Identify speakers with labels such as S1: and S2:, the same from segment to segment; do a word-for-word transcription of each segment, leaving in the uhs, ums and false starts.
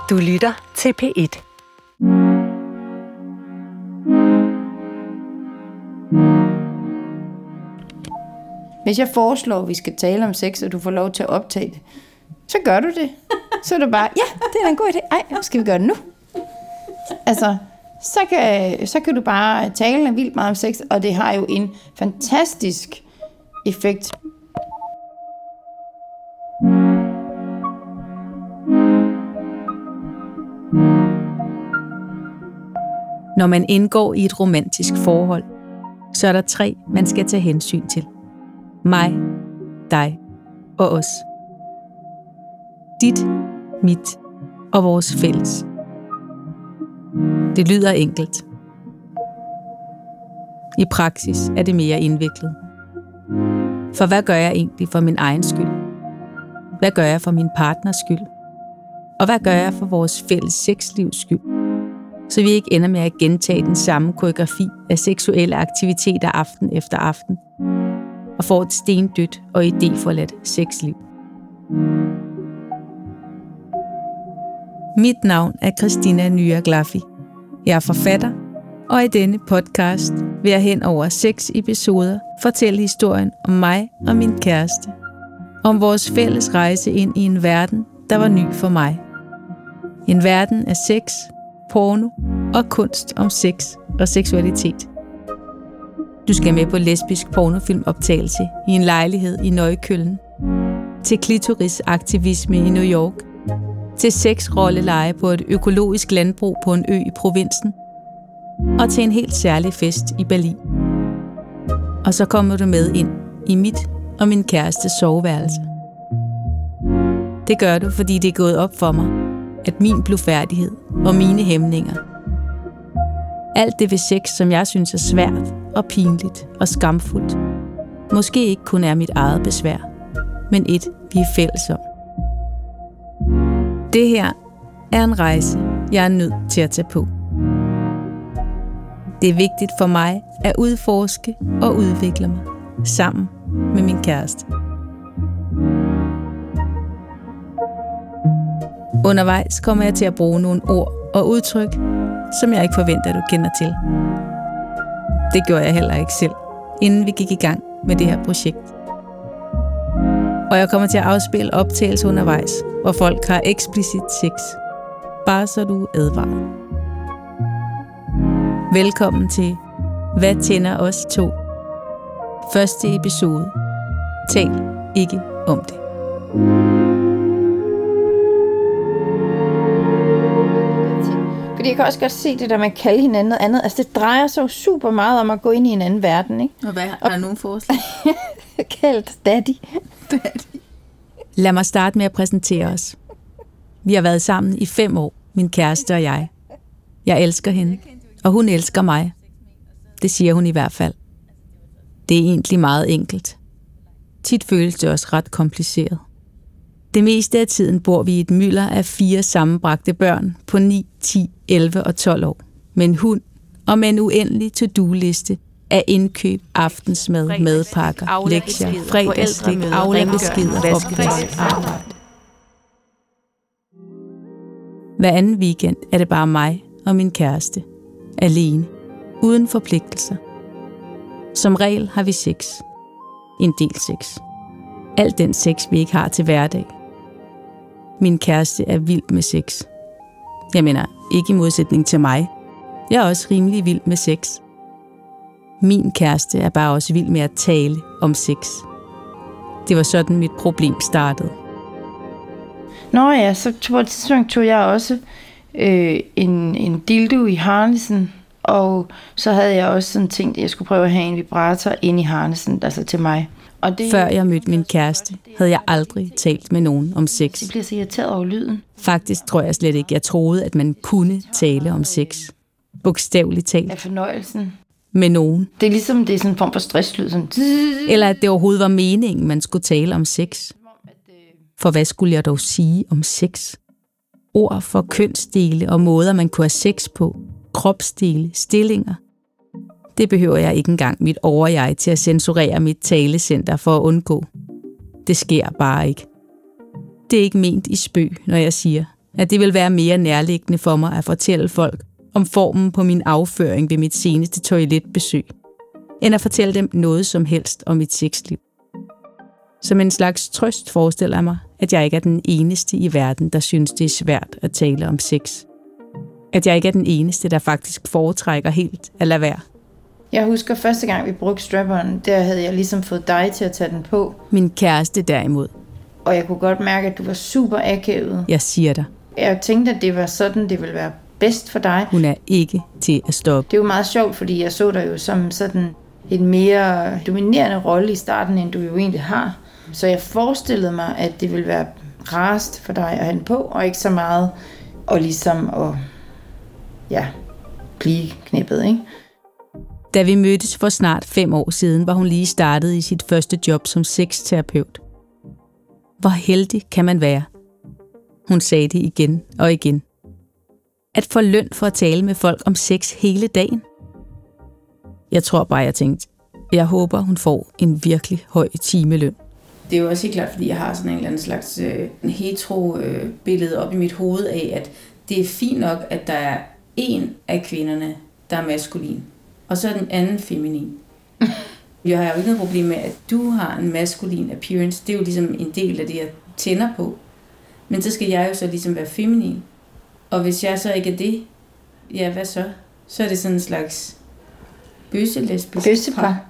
S1: Du lytter til P et.
S2: Hvis jeg foreslår, at vi skal tale om sex, og du får lov til at optage det, så gør du det. Så er du bare, ja, det er en god idé. Ej, skal vi gøre det nu? Altså, så kan, så kan du bare tale vildt meget om sex, og det har jo en fantastisk effekt.
S3: Når man indgår i et romantisk forhold, så er der tre, man skal tage hensyn til. Mig, dig og os. Dit, mit og vores fælles. Det lyder enkelt. I praksis er det mere indviklet. For hvad gør jeg egentlig for min egen skyld? Hvad gør jeg for min partners skyld? Og hvad gør jeg for vores fælles sexlivs skyld? Så vi ikke ender med at gentage den samme koreografi af seksuelle aktiviteter aften efter aften, og får et stendødt og idéforladt sexliv. Mit navn er Christina Nyaglaffi. Jeg er forfatter, og i denne podcast vil jeg hen over seks episoder fortælle historien om mig og min kæreste. Om vores fælles rejse ind i en verden, der var ny for mig. En verden af sex, porno og kunst om sex og seksualitet. Du skal med på lesbisk pornofilmoptagelse i en lejlighed i Neukölln, til klitorisaktivisme i New York, til sexrolleleje på et økologisk landbrug på en ø i provinsen, og til en helt særlig fest i Berlin. Og så kommer du med ind i mit og min kærestes soveværelse. Det gør du, fordi det er gået op for mig, at min blufærdighed og mine hæmninger, alt det ved sex, som jeg synes er svært og pinligt og skamfuldt, måske ikke kun er mit eget besvær, men et, vi er fælles om. Det her er en rejse, jeg er nødt til at tage på. Det er vigtigt for mig at udforske og udvikle mig sammen med min kæreste. Undervejs kommer jeg til at bruge nogle ord og udtryk, som jeg ikke forventer, du kender til. Det gjorde jeg heller ikke selv, inden vi gik i gang med det her projekt. Og jeg kommer til at afspille optagelser undervejs, hvor folk har eksplicit sex. Bare så du er advaret. Velkommen til Hvad tænder os to? Første episode. Tal ikke om det.
S2: Fordi jeg kan også godt se det der med at kalde hinanden noget andet. Altså det drejer sig jo super meget om at gå ind i en anden verden, ikke?
S3: Og hvad har du nogen forslag?
S2: Kaldt daddy.
S3: Daddy. Lad mig starte med at præsentere os. Vi har været sammen i fem år, min kæreste og jeg. Jeg elsker hende, og hun elsker mig. Det siger hun i hvert fald. Det er egentlig meget enkelt. Tit føles det også ret kompliceret. Det meste af tiden bor vi i et mylder af fire sammenbragte børn på ni, ti, elleve og tolv år. Med en hund og med en uendelig to-do-liste af indkøb, aftensmad, madpakker, lektier, fredagsslik, afleveringsbeskeder, opgaver, arbejde. Hver anden weekend er det bare mig og min kæreste. Alene. Uden forpligtelser. Som regel har vi sex. En del sex. Alt den sex, vi ikke har til hverdag. Min kæreste er vild med sex. Jeg mener, ikke i modsætning til mig. Jeg er også rimelig vild med sex. Min kæreste er bare også vild med at tale om sex. Det var sådan, mit problem startede.
S2: Nå ja, så på et tidspunkt tog jeg også øh, en, en dildo i harnessen, og så havde jeg også sådan tænkt, at jeg skulle prøve at have en vibrator ind i harnessen, altså til mig. Og det,
S3: Før jeg mødte min kæreste, havde jeg aldrig talt med nogen om sex.
S2: Jeg bliver så irriteret over lyden.
S3: Faktisk tror jeg slet ikke, jeg troede, at man kunne tale om sex. Bogstaveligt talt.
S2: Af fornøjelsen.
S3: Med nogen.
S2: Det er ligesom, det er sådan en form for stresslyd. Sådan.
S3: Eller at det overhovedet var meningen, man skulle tale om sex. For hvad skulle jeg dog sige om sex? Ord for kønsdele og måder, man kunne have sex på. Kropsdele, stillinger. Det behøver jeg ikke engang mit overjeg til at censurere mit talecenter for at undgå. Det sker bare ikke. Det er ikke ment i spøg, når jeg siger, at det vil være mere nærliggende for mig at fortælle folk om formen på min afføring ved mit seneste toiletbesøg, end at fortælle dem noget som helst om mit sexliv. Som en slags trøst forestiller jeg mig, at jeg ikke er den eneste i verden, der synes, det er svært at tale om sex. At jeg ikke er den eneste, der faktisk foretrækker helt at lade være.
S2: Jeg husker første gang, vi brugte strapperen, der havde jeg ligesom fået dig til at tage den på.
S3: Min kæreste derimod.
S2: Og jeg kunne godt mærke, at du var super akavet.
S3: Jeg siger dig.
S2: Jeg tænkte, at det var sådan, det ville være bedst for dig.
S3: Hun er ikke til at stoppe.
S2: Det er jo meget sjovt, fordi jeg så dig jo som sådan en mere dominerende rolle i starten, end du jo egentlig har. Så jeg forestillede mig, at det ville være rarest for dig at have den på, og ikke så meget og ligesom at ja, blive knippet, ikke?
S3: Da vi mødtes for snart fem år siden, var hun lige startet i sit første job som sexterapeut. Hvor heldig kan man være? Hun sagde det igen og igen. At få løn for at tale med folk om sex hele dagen. Jeg tror bare, jeg tænkte, jeg håber, hun får en virkelig høj timeløn.
S1: Det er jo også helt klart, fordi jeg har sådan en eller anden slags øh, hetero-billede op i mit hoved af, at det er fint nok, at der er en af kvinderne, der er maskulin, og så er den anden feminin. Jeg har jo ikke noget problem med, at du har en maskulin appearance. Det er jo ligesom en del af det, jeg tænder på. Men så skal jeg jo så ligesom være feminin. Og hvis jeg så ikke er det, ja, hvad så? Så er det sådan en slags bøsselesbisk
S2: Bøssepar.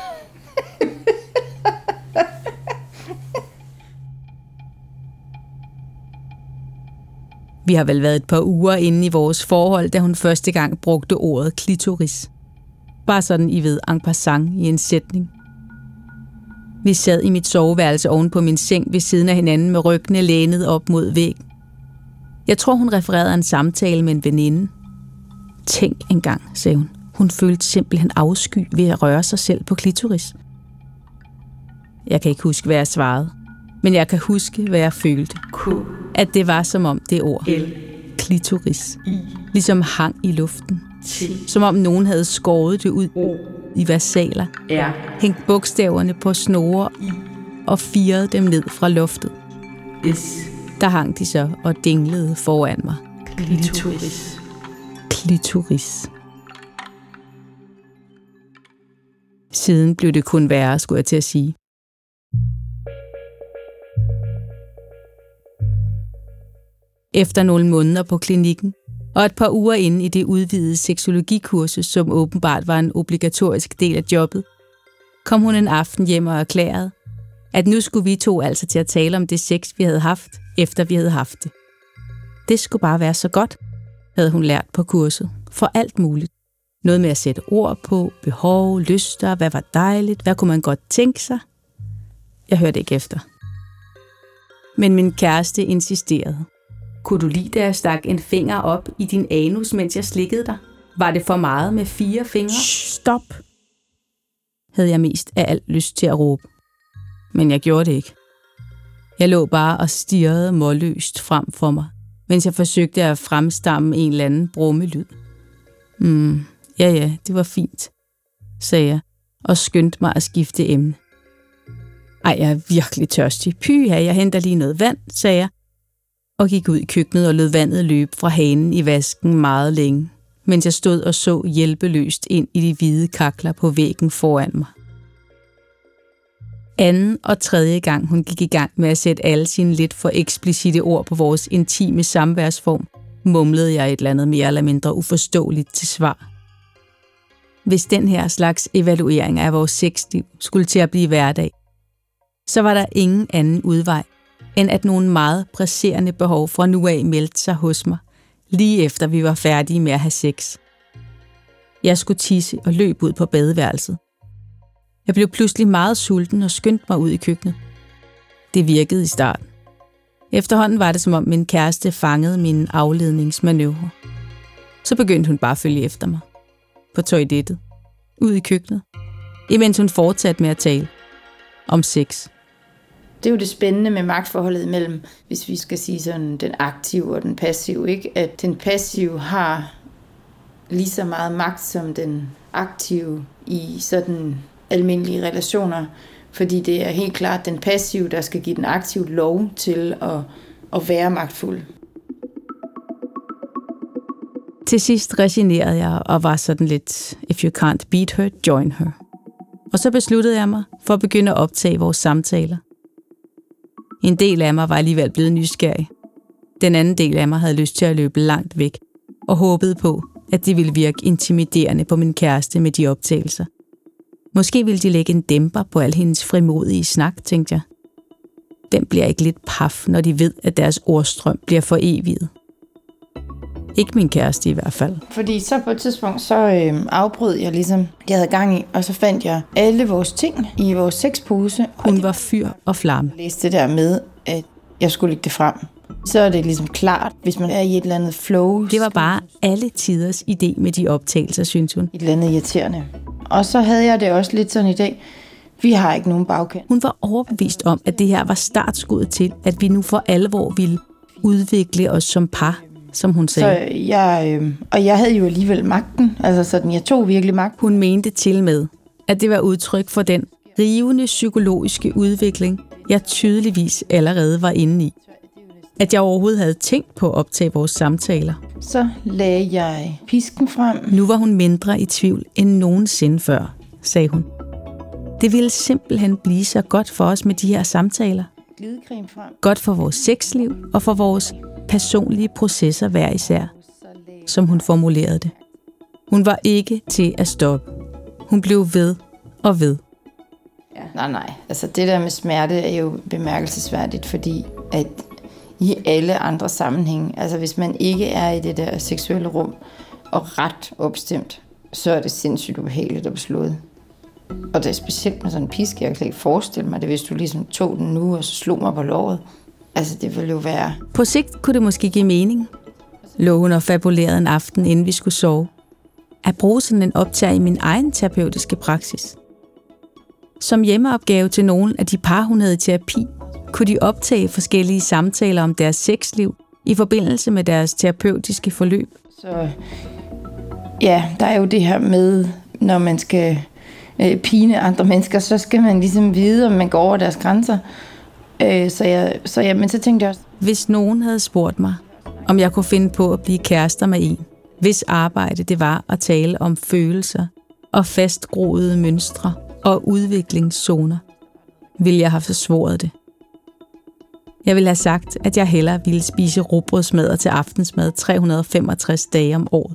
S3: Vi har vel været et par uger inde i vores forhold, da hun første gang brugte ordet klitoris. Bare sådan, I ved, en passant i en sætning. Vi sad i mit soveværelse oven på min seng ved siden af hinanden med ryggene lænet op mod væggen. Jeg tror, hun refererede en samtale med en veninde. Tænk engang, sagde hun. Hun følte simpelthen afsky ved at røre sig selv på klitoris. Jeg kan ikke huske, hvad jeg svarede. Men jeg kan huske, hvad jeg følte. At det var som om det ord, klitoris, ligesom hang i luften. Som om nogen havde skåret det ud i versaler, hængt bogstaverne på snore og firet dem ned fra loftet. Der hang de så og dinglede foran mig.
S1: Klitoris.
S3: Klitoris. Siden blev det kun værre, skulle jeg til at sige. Efter nogle måneder på klinikken, og et par uger inde i det udvidede seksologikursus, som åbenbart var en obligatorisk del af jobbet, kom hun en aften hjem og erklærede, at nu skulle vi to altså til at tale om det sex, vi havde haft, efter vi havde haft det. Det skulle bare være så godt, havde hun lært på kurset, for alt muligt. Noget med at sætte ord på, behov, lyster, hvad var dejligt, hvad kunne man godt tænke sig. Jeg hørte ikke efter. Men min kæreste insisterede. Kunne du lide, da jeg stak en finger op i din anus, mens jeg slikkede dig? Var det for meget med fire fingre? Shh, stop! Havde jeg mest af alt lyst til at råbe. Men jeg gjorde det ikke. Jeg lå bare og stirrede målløst frem for mig, mens jeg forsøgte at fremstamme en eller anden brummelyd. Mm, ja ja, det var fint, sagde jeg, og skyndte mig at skifte emne. Ej, jeg er virkelig tørstig. Pyha, jeg henter lige noget vand, sagde jeg, og gik ud i køkkenet og lod vandet løbe fra hanen i vasken meget længe, mens jeg stod og så hjælpeløst ind i de hvide kakler på væggen foran mig. Anden og tredje gang hun gik i gang med at sætte alle sine lidt for eksplicite ord på vores intime samværsform, mumlede jeg et eller andet mere eller mindre uforståeligt til svar. Hvis den her slags evaluering af vores sexliv skulle til at blive hverdag, så var der ingen anden udvej, end at nogle meget presserende behov fra nu af meldte sig hos mig, lige efter vi var færdige med at have sex. Jeg skulle tisse og løb ud på badeværelset. Jeg blev pludselig meget sulten og skyndte mig ud i køkkenet. Det virkede i starten. Efterhånden var det, som om min kæreste fangede mine afledningsmanøvrer. Så begyndte hun bare at følge efter mig. På toilettet. Ud i køkkenet. Imens hun fortsatte med at tale. Om sex.
S2: Det er jo det spændende med magtforholdet mellem, hvis vi skal sige sådan, den aktive og den passive, ikke? At den passive har lige så meget magt som den aktive i sådan almindelige relationer, fordi det er helt klart den passive, der skal give den aktive lov til at, at være magtfuld.
S3: Til sidst resignerede jeg og var sådan lidt, if you can't beat her, join her. Og så besluttede jeg mig for at begynde at optage vores samtaler. En del af mig var alligevel blevet nysgerrig. Den anden del af mig havde lyst til at løbe langt væk og håbede på, at det ville virke intimiderende på min kæreste med de optagelser. Måske ville de lægge en dæmper på al hendes frimodige snak, tænkte jeg. Den bliver ikke lidt paf, når de ved, at deres ordstrøm bliver for evigt. Ikke min kæreste i hvert fald.
S2: Fordi så på et tidspunkt, så øh, afbrød jeg ligesom, jeg havde gang i, og så fandt jeg alle vores ting i vores sexpose.
S3: Hun var fyr og flamme.
S2: Jeg læste det der med, at jeg skulle lægge det frem. Så er det ligesom klart, hvis man er i et eller andet flow.
S3: Det var bare alle tiders idé med de optagelser, synes hun.
S2: Et eller andet irriterende. Og så havde jeg det også lidt sådan i dag. Vi har ikke nogen bagkant.
S3: Hun var overbevist om, at det her var startskuddet til, at vi nu for alvor ville udvikle os som par, som hun sagde.
S2: Så jeg, øh, og jeg havde jo alligevel magten. Altså sådan, jeg tog virkelig magt.
S3: Hun mente til med, at det var udtryk for den rivende psykologiske udvikling, jeg tydeligvis allerede var inde i. At jeg overhovedet havde tænkt på at optage vores samtaler.
S2: Så lagde jeg pisken frem.
S3: Nu var hun mindre i tvivl end nogensinde før, sagde hun. Det ville simpelthen blive så godt for os med de her samtaler.
S2: Glidecreme frem.
S3: Godt for vores sexliv og for vores personlige processer hver især, som hun formulerede det. Hun var ikke til at stoppe. Hun blev ved og ved.
S2: Ja. Nej, nej. Altså det der med smerte er jo bemærkelsesværdigt, fordi at i alle andre sammenhænge, altså hvis man ikke er i det der seksuelle rum og ret opstemt, så er det sindssygt ubehageligt at blive slået. Og det er specielt med sådan en piske, jeg kan ikke forestille mig det, hvis du ligesom tog den nu og så slog mig på låret. Altså det ville jo være...
S3: På sigt kunne det måske give mening, lå hun og fabulerede en aften, inden vi skulle sove, at bruge sådan en optag i min egen terapeutiske praksis. Som hjemmeopgave til nogle af de par, hun havde i terapi, kunne de optage forskellige samtaler om deres sexliv i forbindelse med deres terapeutiske forløb.
S2: Så ja, der er jo det her med, når man skal øh, pine andre mennesker, så skal man ligesom vide, om man går over deres grænser. Øh, så jeg, så ja, men så tænkte jeg også...
S3: Hvis nogen havde spurgt mig, om jeg kunne finde på at blive kærester med en, hvis arbejde det var at tale om følelser og fastgroede mønstre og udviklingszoner, ville jeg have forsvoret det. Jeg ville have sagt, at jeg hellere ville spise rugbrødsmadder til aftensmad tre hundrede og femogtres dage om året.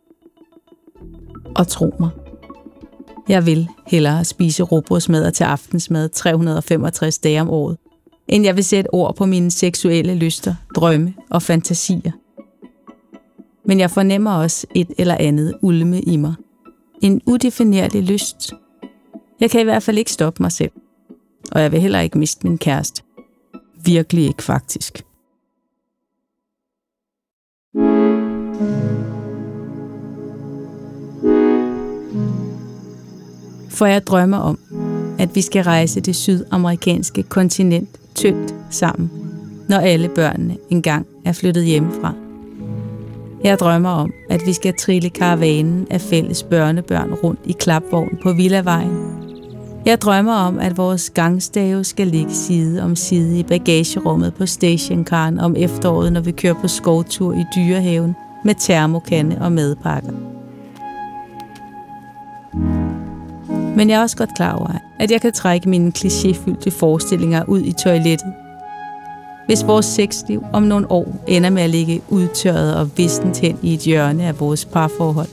S3: Og tro mig, jeg vil hellere spise rugbrødsmadder til aftensmad tre hundrede og femogtres dage om året, end jeg vil sætte ord på mine seksuelle lyster, drømme og fantasier. Men jeg fornemmer også et eller andet ulme i mig. En udefinerlig lyst. Jeg kan i hvert fald ikke stoppe mig selv. Og jeg vil heller ikke miste min kæreste. Virkelig ikke, faktisk. For jeg drømmer om, at vi skal rejse det sydamerikanske kontinent tyndt sammen, når alle børnene engang er flyttet hjemmefra. Jeg drømmer om, at vi skal trille karavanen af fælles børnebørn rundt i klapvogn på Villavejen. Jeg drømmer om, at vores gangstave skal ligge side om side i bagagerummet på stationcaren om efteråret, når vi kører på skovtur i Dyrehaven med termokande og madpakker. Men jeg er også godt klar over, at jeg kan trække mine klichéfyldte forestillinger ud i toilettet. Hvis vores sexliv om nogle år ender med at ligge udtørret og vistent hen i et hjørne af vores parforhold.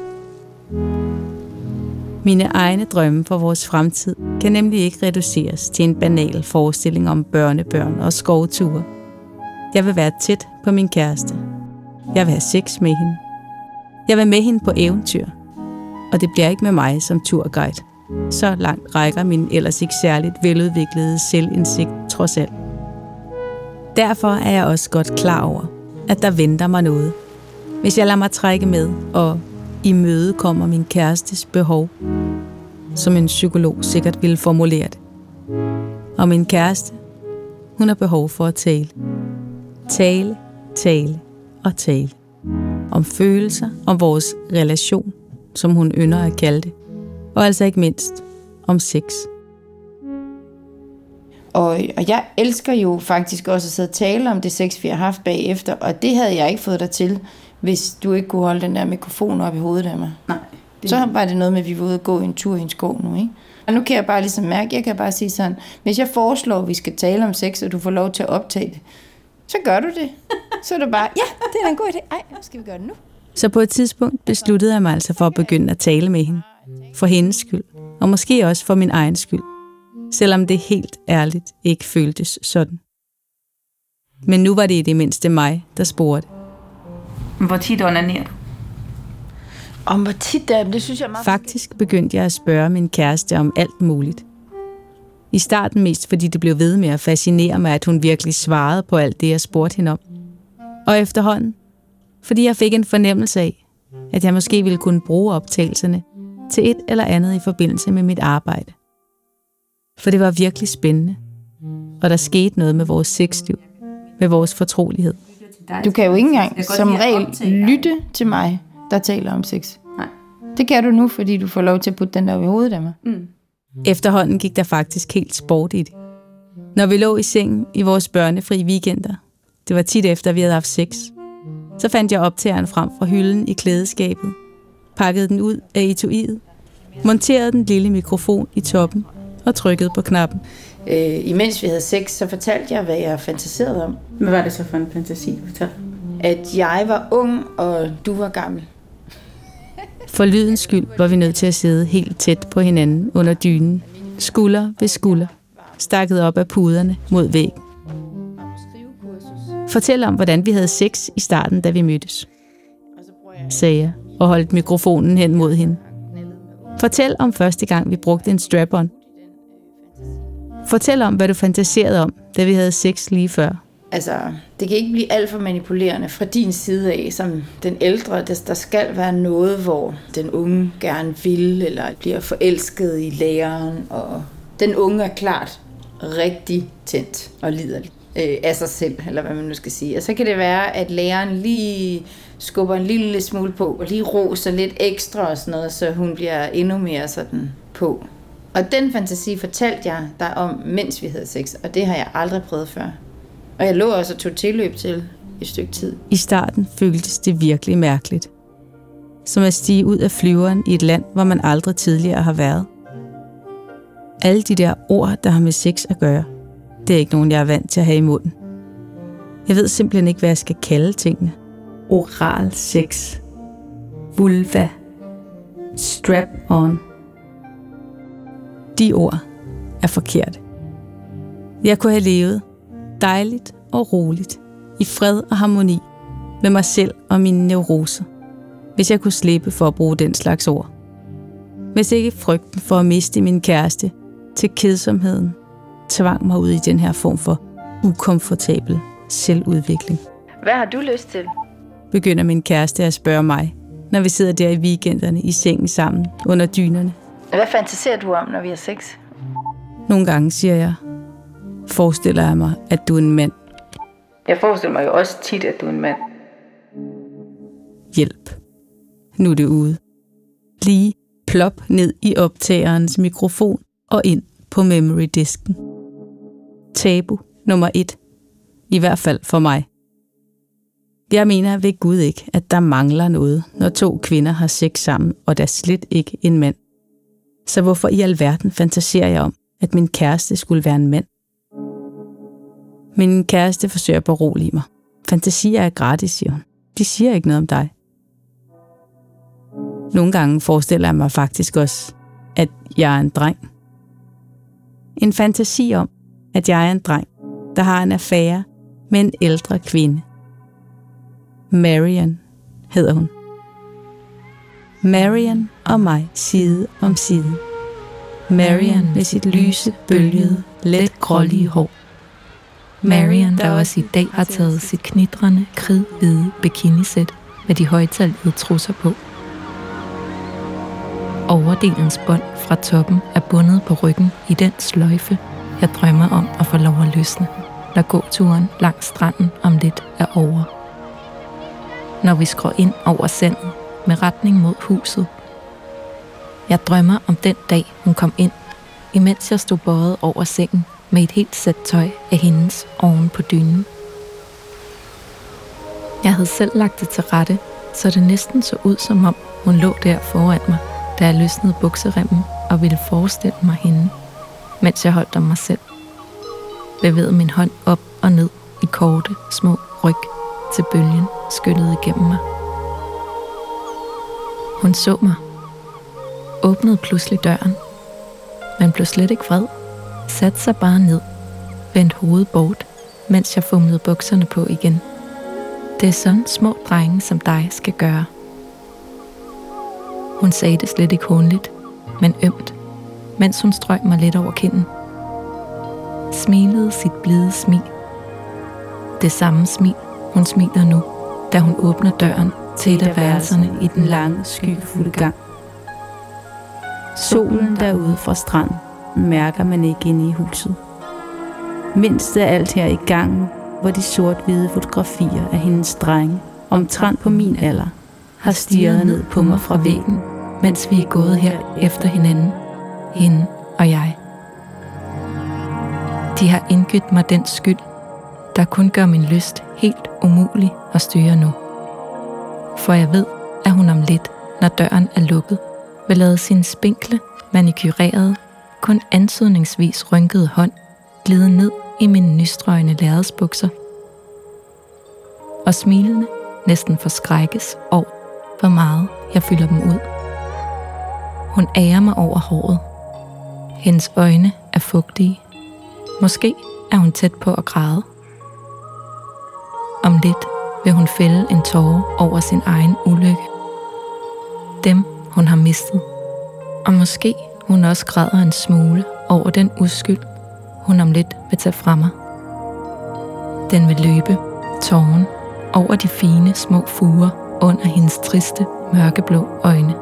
S3: Mine egne drømme for vores fremtid kan nemlig ikke reduceres til en banal forestilling om børnebørn og skovture. Jeg vil være tæt på min kæreste. Jeg vil have sex med hende. Jeg vil med hende på eventyr. Og det bliver ikke med mig som turguide. Så langt rækker min ellers ikke særligt veludviklede selvindsigt trods alt. Derfor er jeg også godt klar over, at der venter mig noget. Hvis jeg lader mig trække med og imødekommer min kærestes behov, som en psykolog sikkert ville formulere det. Og min kæreste, hun har behov for at tale. Tale, tale og tale. Om følelser, om vores relation, som hun ynder at kalde det. Og altså ikke mindst om sex.
S2: Og, og jeg elsker jo faktisk også at sidde og tale om det sex, vi har haft bagefter, og det havde jeg ikke fået dig til, hvis du ikke kunne holde den der mikrofon op i hovedet af mig.
S1: Nej.
S2: Det... Så var det noget med, at vi var ude og gå en tur i en skov nu, ikke? Og nu kan jeg bare ligesom mærke, jeg kan bare sige sådan, hvis jeg foreslår, at vi skal tale om sex, og du får lov til at optage det, så gør du det. Så er det bare, ja, det er en god idé. Ej, skal vi gøre det nu?
S3: Så på et tidspunkt besluttede jeg mig altså for at begynde at tale med hende. For hendes skyld. Og måske også for min egen skyld. Selvom det helt ærligt ikke føltes sådan. Men nu var det i det mindste mig, der spurgte.
S1: Hvor tit onanerer du?
S2: Om hvor tit der, det synes jeg meget...
S3: Faktisk begyndte jeg at spørge min kæreste om alt muligt. I starten mest fordi det blev ved med at fascinere mig, at hun virkelig svarede på alt det, jeg spurgte hende om. Og efterhånden, fordi jeg fik en fornemmelse af, at jeg måske ville kunne bruge optagelserne til et eller andet i forbindelse med mit arbejde. For det var virkelig spændende, og der skete noget med vores sexliv, med vores fortrolighed.
S2: Du kan jo ikke engang som regel lytte til mig, der taler om sex.
S1: Nej.
S2: Det kan du nu, fordi du får lov til at putte den der i hovedet af mig.
S1: Mm.
S3: Efterhånden gik der faktisk helt sport i det. Når vi lå i sengen i vores børnefri weekender, det var tit efter, vi havde haft sex, så fandt jeg optageren frem fra hylden i klædeskabet, pakkede den ud af etuiet, monterede den lille mikrofon i toppen og trykkede på knappen.
S2: Øh, imens vi havde sex, så fortalte jeg, hvad jeg fantaserede om.
S1: Hvad var det så for en fantasi, du fortalte?
S2: At jeg var ung, og du var gammel.
S3: For lydens skyld var vi nødt til at sidde helt tæt på hinanden under dynen, skulder ved skulder, stakket op af puderne mod væggen. Fortæl om, hvordan vi havde sex i starten, da vi mødtes, sagde jeg og holdt mikrofonen hen mod hende. Fortæl om første gang, vi brugte en strap-on. Fortæl om, hvad du fantaserede om, da vi havde sex lige før.
S2: Altså, det kan ikke blive alt for manipulerende fra din side af, som den ældre. Der skal være noget, hvor den unge gerne vil, eller bliver forelsket i læreren, og den unge er klart rigtig tændt og liderlig øh, af sig selv, eller hvad man nu skal sige. Og så kan det være, at læreren lige skubber en lille smule på, og lige roser lidt ekstra og sådan noget, så hun bliver endnu mere sådan på. Og den fantasi fortalte jeg dig om, mens vi havde sex, og det har jeg aldrig prøvet før. Og jeg lå også og tog tilløb til et stykke tid.
S3: I starten føltes det virkelig mærkeligt. Som at stige ud af flyveren i et land, hvor man aldrig tidligere har været. Alle de der ord, der har med sex at gøre, det er ikke nogen, jeg er vant til at have i munden. Jeg ved simpelthen ikke, hvad jeg skal kalde tingene. Oral sex. Vulva. Strap-on. De ord er forkerte. Jeg kunne have levet dejligt og roligt, i fred og harmoni med mig selv og mine neuroser, hvis jeg kunne slippe for at bruge den slags ord. Hvis ikke frygten for at miste min kæreste til kedsomheden tvang mig ud i den her form for ukomfortabel selvudvikling.
S2: Hvad har du lyst til?
S3: Begynder min kæreste at spørge mig, når vi sidder der i weekenderne i sengen sammen under dynerne.
S2: Hvad fantaserer du om, når vi har sex?
S3: Nogle gange siger jeg, forestiller jeg mig, at du er en mand.
S1: Jeg forestiller mig jo også tit, at du er en mand.
S3: Hjælp. Nu er det ude. Lige plop ned i optagerens mikrofon og ind på memory-disken. Tabu nummer et. I hvert fald for mig. Jeg mener ved Gud ikke, at der mangler noget, når to kvinder har sex sammen, og der er slet ikke en mand. Så hvorfor i alverden fantaserer jeg om, at min kæreste skulle være en mand? Min kæreste forsøger at berolige mig. Fantasier er gratis, siger hun. De siger ikke noget om dig. Nogle gange forestiller jeg mig faktisk også, at jeg er en dreng. En fantasi om, at jeg er en dreng, der har en affære med en ældre kvinde. Marian hedder hun. Marian og mig side om side. Marian med sit lyse, bølgede, let grålige hår.
S4: Marian, der også i dag har taget sit knitrende, kridhvide bikinisæt med de højtalede trusser på. Overdelens bånd fra toppen er bundet på ryggen i den sløjfe, jeg drømmer om at få lov at løsne, når gåturen langs stranden om lidt er over. Når vi skråer ind over sandet med retning mod huset. Jeg drømmer om den dag, hun kom ind, imens jeg stod bøjet over sengen med et helt sæt tøj af hendes oven på dynen. Jeg havde selv lagt det til rette så det næsten så ud, som om hun lå der foran mig, da jeg løsnede bukseremmen og ville forestille mig hende, mens jeg holdt om mig selv. Bevægede min hånd op og ned i korte, små ryg, til bølgen skyllede igennem mig. Hun så mig, åbnede pludselig døren, men blev slet ikke vred, satte sig bare ned, vendte hovedet bort, mens jeg fumlede bukserne på igen. Det er sådan små drenge som dig skal gøre. Hun sagde det slet ikke hånligt, men ømt, mens hun strøg mig lidt over kinden. Smilede sit blide smil. Det samme smil, hun smiler nu, da hun åbner døren til et af værelserne i den lange, skyfulde gang.
S1: Solen derude fra stranden mærker man ikke inde i huset. Mindst af alt her i gangen, hvor de sort-hvide fotografier af hendes drenge, omtrent på min alder, har stirret ned på mig fra væggen,
S4: mens vi er gået her efter hinanden, hende og jeg. De har indgydt mig den skyld, der kun gør min lyst helt umulig at styre nu. For jeg ved, at hun om lidt, når døren er lukket, vil lade sin spinkle, manikyrerede, kun antydningsvis rynkede hånd glide ned i mine nystrøgne lærredsbukser. Og smilende næsten forskrækkes over, hvor meget jeg fylder dem ud. Hun ærer mig over håret. Hendes øjne er fugtige. Måske er hun tæt på at græde. Om lidt vil hun fælde en tåre over sin egen ulykke. Dem, hun har mistet. Og måske hun også græder en smule over den uskyld, hun om lidt vil tage fra mig. Den vil løbe, tåren, over de fine små fuger under hendes triste, mørkeblå øjne.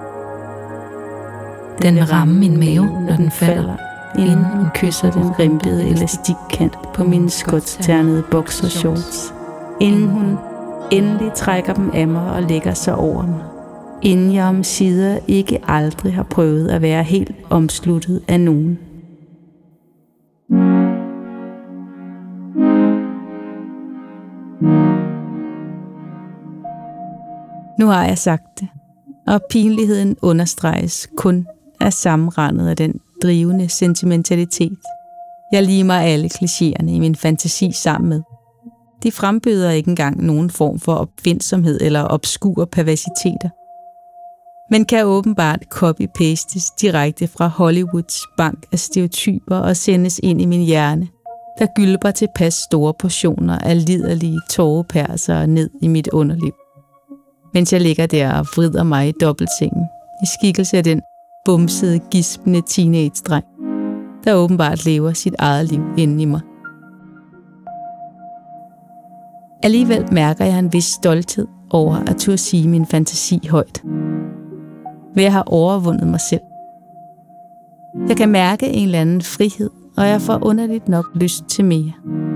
S4: Den vil ramme min mave, når den falder, inden hun kysser den rimpede elastikkant på mine skotsternede boxershorts.
S1: Inden hun endelig trækker dem af mig og lægger sig over mig. Inden jeg omsider ikke aldrig har prøvet at være helt omsluttet af nogen. Nu har jeg sagt det, og pinligheden understreges kun af sammenrandet af den drivende sentimentalitet, jeg limer alle klichéerne i min fantasi sammen med. De frembyder ikke engang nogen form for opfindsomhed eller obskure perversiteter, men kan åbenbart copy-pastes direkte fra Hollywoods bank af stereotyper og sendes ind i min hjerne, der gylper tilpas store portioner af liderlige tåreperser ned i mit underliv. Mens jeg ligger der og vrider mig i dobbeltsengen, i skikkelse af den bumsede, gispende teenage-dreng, der åbenbart lever sit eget liv inde i mig. Alligevel mærker jeg en vis stolthed over at turde sige min fantasi højt. Ved at have overvundet mig selv. Jeg kan mærke en eller anden frihed, og jeg får underligt nok lyst til mere.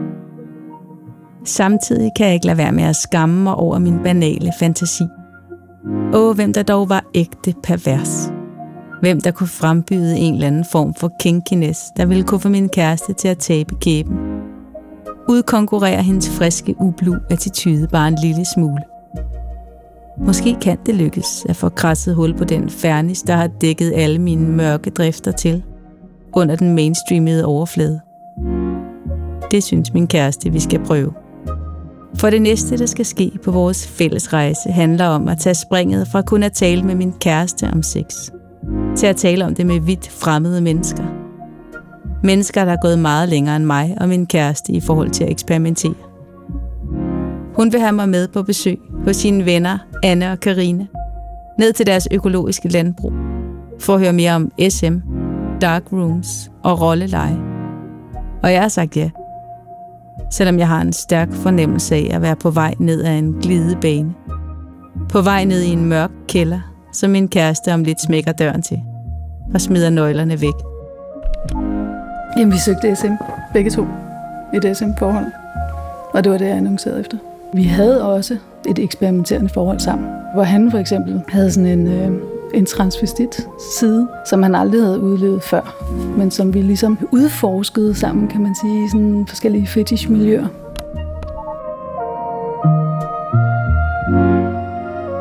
S1: Samtidig kan jeg ikke lade være med at skamme mig over min banale fantasi. Åh, hvem der dog var ægte pervers. Hvem der kunne frembyde en eller anden form for kinkiness, der ville kunne få min kæreste til at tabe kæben. Udkonkurrere hendes friske, ublu attitude bare en lille smule. Måske kan det lykkes at få kradset hul på den fernis, der har dækket alle mine mørke drifter til, under den mainstreamede overflade. Det synes min kæreste, vi skal prøve. For det næste, der skal ske på vores fælles rejse, handler om at tage springet fra kun at tale med min kæreste om sex, til at tale om det med vidt fremmede mennesker. Mennesker, der er gået meget længere end mig og min kæreste i forhold til at eksperimentere. Hun vil have mig med på besøg hos sine venner, Anne og Karina, ned til deres økologiske landbrug, for at høre mere om S M, dark rooms og rolleleje. Og jeg har sagt ja, selvom jeg har en stærk fornemmelse af at være på vej ned ad en glidebane. På vej ned i en mørk kælder, som min kæreste om lidt smækker døren til og smider nøglerne væk.
S5: Jamen, vi søgte S M, begge to, et S M-forhold, og det var det, jeg annoncerede efter. Vi havde også et eksperimenterende forhold sammen, hvor han for eksempel havde sådan en, øh, en transvestit-side, som han aldrig havde udlevet før, men som vi ligesom udforskede sammen, kan man sige, i sådan forskellige fetish-miljøer.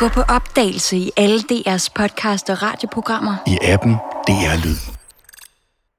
S6: Gå på opdagelse i alle D R's podcast og radioprogrammer.
S7: I appen D R Lyd.